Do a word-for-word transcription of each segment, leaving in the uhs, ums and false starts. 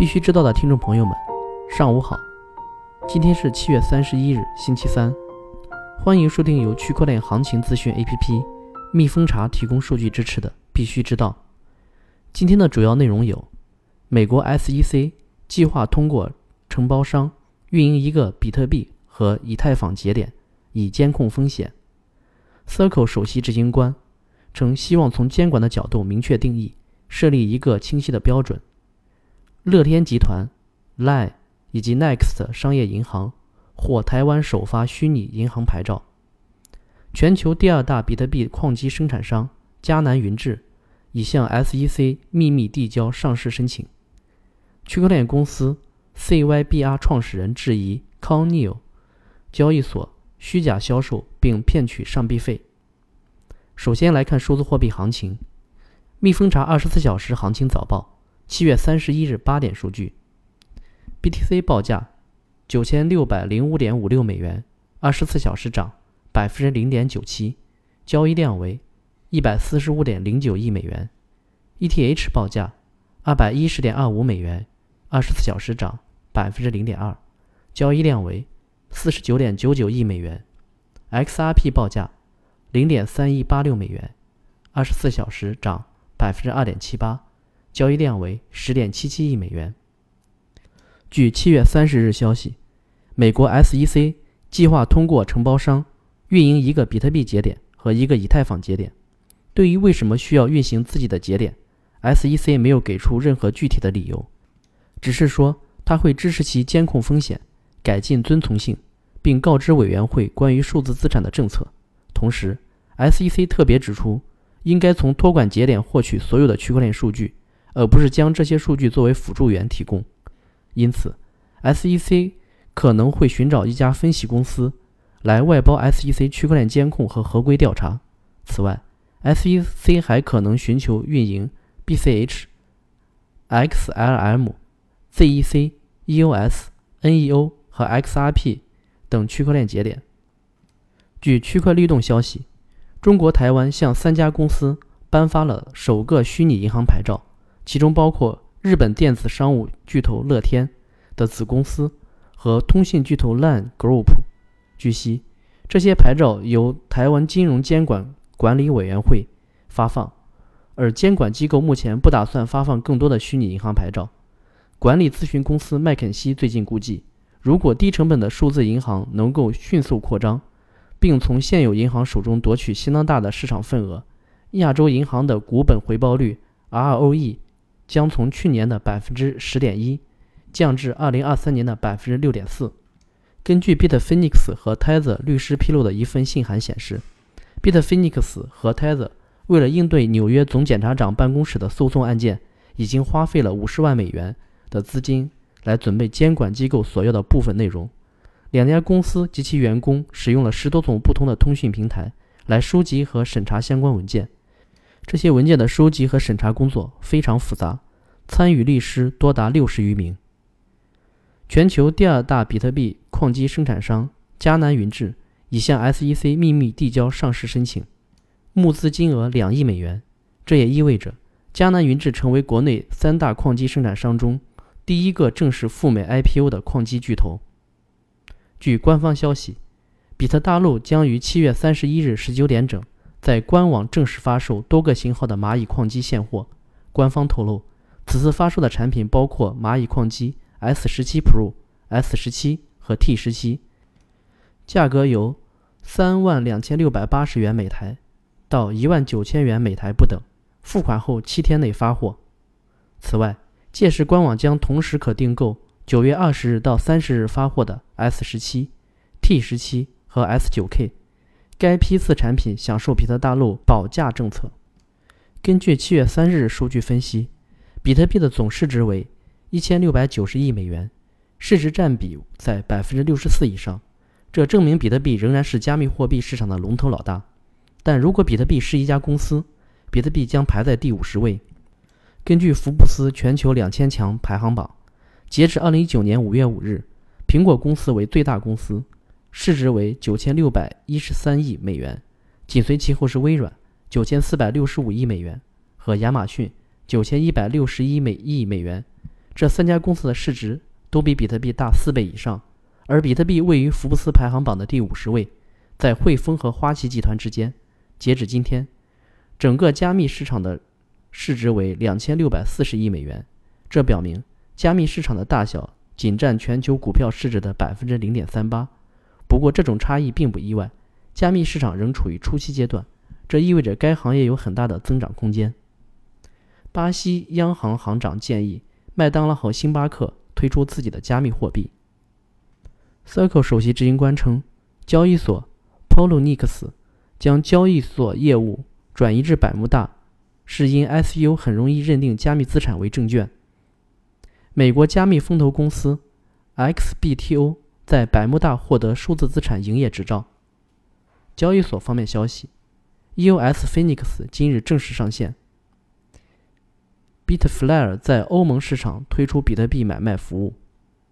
必须知道的听众朋友们，上午好，今天是七月三十一日，星期三，欢迎收听由区块链行情资讯 A P P 蜜蜂茶提供数据支持的必须知道。今天的主要内容有：美国 S E C 计划通过承包商运营一个比特币和以太坊节点，以监控风险。Circle 首席执行官称，希望从监管的角度明确定义，设立一个清晰的标准。乐天集团、Line 以及 Next 商业银行获台湾首发虚拟银行牌照。全球第二大比特币矿机生产商迦南云智已向 S E C 秘密递交上市申请。区块链公司 C Y B R 创始人质疑康 Neo 交易所虚假销售并骗取上币费。首先来看数字货币行情。蜜蜂茶二十四小时行情早报七月三十一日八点数据。 B T C 报价 九千六百零五点五六美元，二十四小时涨 百分之零点九七， 交易量为 一百四十五点零九亿美元。 E T H 报价 二百一十点二五美元，二十四小时涨 百分之零点二， 交易量为 四十九点九九亿美元。 X R P 报价 零点三一八六美元，二十四小时涨 百分之二点七八， 交易量为 十点七七亿美元。据七月三十日消息，美国 S E C 计划通过承包商运营一个比特币节点和一个以太坊节点。对于为什么需要运行自己的节点， S E C 没有给出任何具体的理由，只是说它会支持其监控风险，改进遵从性，并告知委员会关于数字资产的政策。同时 S E C 特别指出，应该从托管节点获取所有的区块链数据，而不是将这些数据作为辅助源提供。因此 S E C 可能会寻找一家分析公司来外包 S E C 区块链监控和合规调查。此外 S E C 还可能寻求运营 B C H、X L M、Z E C、E O S、N E O 和 X R P 等区块链节点。据区块律动消息，中国台湾向三家公司颁发了首个虚拟银行牌照，其中包括日本电子商务巨头乐天的子公司和通信巨头 Line Group。 据悉，这些牌照由台湾金融监管管理委员会发放，而监管机构目前不打算发放更多的虚拟银行牌照。管理咨询公司麦肯锡最近估计，如果低成本的数字银行能够迅速扩张，并从现有银行手中夺取相当大的市场份额，亚洲银行的股本回报率 R O E 将从去年的 百分之十点一 降至二零二三年的 百分之六点四。 根据 Bitfinex 和 Tether 律师披露的一份信函显示， Bitfinex 和 Tether 为了应对纽约总检察长办公室的诉讼案件，已经花费了五十万美元的资金来准备监管机构所要的部分内容。两家公司及其员工使用了十多种不同的通讯平台来收集和审查相关文件。这些文件的收集和审查工作非常复杂，参与律师多达六十余名。全球第二大比特币矿机生产商迦南云智已向 S E C 秘密递交上市申请，募资金额两亿美元。这也意味着迦南云智成为国内三大矿机生产商中第一个正式赴美 I P O 的矿机巨头。据官方消息，比特大陆将于七月三十一日十九点整在官网正式发售多个型号的蚂蚁矿机现货。官方透露，此次发售的产品包括蚂蚁矿机 S 十七 Pro、S 十七 和 T 十七， 价格由三万两千六百八十元每台到一万九千元每台不等，付款后七天内发货。此外，届时官网将同时可订购九月二十日到三十日发货的 S 十七、T 十七 和 S 九 K， 该批次产品享受比特大陆保价政策。根据七月三日数据分析，比特币的总市值为一千六百九十亿美元，市值占比在 百分之六十四 以上，这证明比特币仍然是加密货币市场的龙头老大。但如果比特币是一家公司，比特币将排在第五十位。根据福布斯全球两千强排行榜，截至二零一九年五月五日，苹果公司为最大公司，市值为九千六百一十三亿美元，紧随其后是微软九千四百六十五亿美元和亚马逊九千一百六十一亿美元。 这三家公司的市值都比比特币大四倍以上，而比特币位于福布斯排行榜的第五十位，在汇丰和花旗集团之间。截止今天，整个加密市场的市值为两千六百四十亿美元，这表明加密市场的大小仅占全球股票市值的 百分之零点三八。 不过这种差异并不意外，加密市场仍处于初期阶段，这意味着该行业有很大的增长空间。巴西央行行长建议麦当劳和星巴克推出自己的加密货币。 Circle 首席执行官称，交易所 Poloniex 将交易所业务转移至百慕大，是因 S E O 很容易认定加密资产为证券。美国加密风投公司 X B T O 在百慕大获得数字资产营业执照。交易所方面消息， E O S Phoenix 今日正式上线。Bitflyer 在欧盟市场推出比特币买卖服务。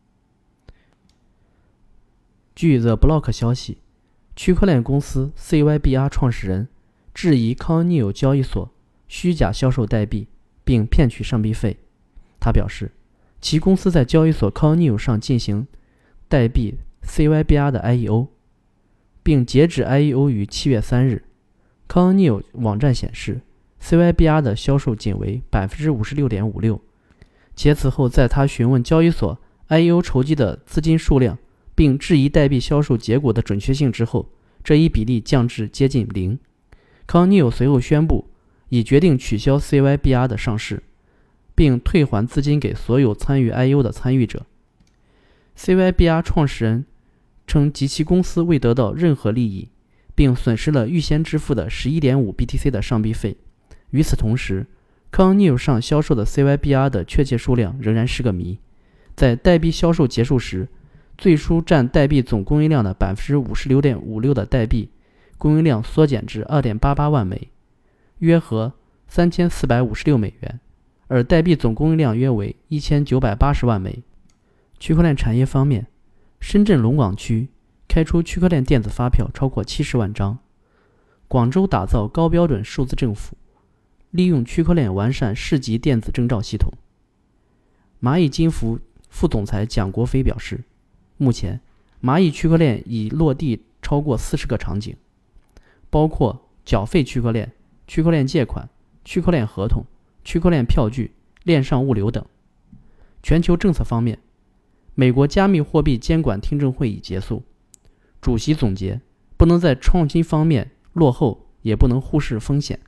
据 The Block 消息，区块链公司 C Y B R 创始人质疑 Coineo 交易所虚假销售代币并骗取上币费。他表示，其公司在交易所 Coineo 上进行代币 C Y B R 的 I E O， 并截止 I E O 于七月三日。Coineo 网站显示， C Y B R 的销售仅为 百分之五十六点五六， 且此后在他询问交易所 I E O 筹集的资金数量并质疑代币销售结果的准确性之后，这一比例降至接近零。Coineo 随后宣布已决定取消 C Y B R 的上市，并退还资金给所有参与 I E O 的参与者。C Y B R 创始人称及其公司未得到任何利益，并损失了预先支付的 十一点五 B T C 的上币费。与此同时， Coineo 上销售的 C Y B R 的确切数量仍然是个谜。在代币销售结束时，最初占代币总供应量的 百分之五十六点五六 的代币供应量缩减至 二点八八万枚，约合三千四百五十六美元，而代币总供应量约为一千九百八十万枚。区块链产业方面，深圳龙广区开出区块链电子发票超过七十万张，广州打造高标准数字政府，利用区块链完善市级电子证照系统。蚂蚁金服副总裁蒋国飞表示，目前蚂蚁区块链已落地超过四十个场景，包括缴费区块链、区块链借款、区块链合同、区块链票据、链上物流等。全球政策方面，美国加密货币监管听证会已结束，主席总结，不能在创新方面落后，也不能忽视风险。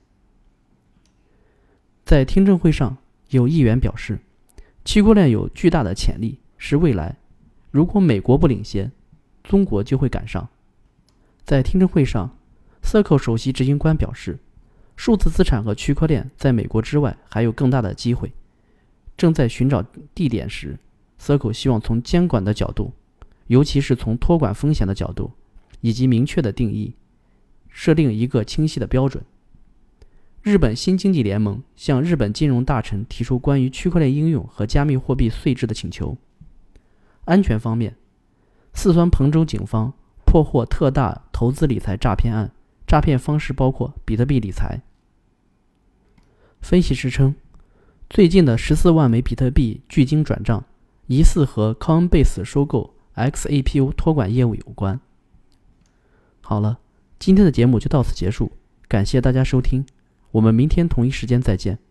在听证会上，有议员表示，区块链有巨大的潜力，是未来，如果美国不领先，中国就会赶上。在听证会上， Circle 首席执行官表示，数字资产和区块链在美国之外还有更大的机会，正在寻找地点时， Circle 希望从监管的角度，尤其是从托管风险的角度，以及明确的定义，设定一个清晰的标准。日本新经济联盟向日本金融大臣提出关于区块链应用和加密货币税制的请求。安全方面，四川彭州警方破获特大投资理财诈骗案，诈骗方式包括比特币理财。分析师称，最近的十四万枚比特币距今转账，疑似和 Coinbase 收购 X A P O 托管业务有关。好了，今天的节目就到此结束，感谢大家收听，我们明天同一时间再见。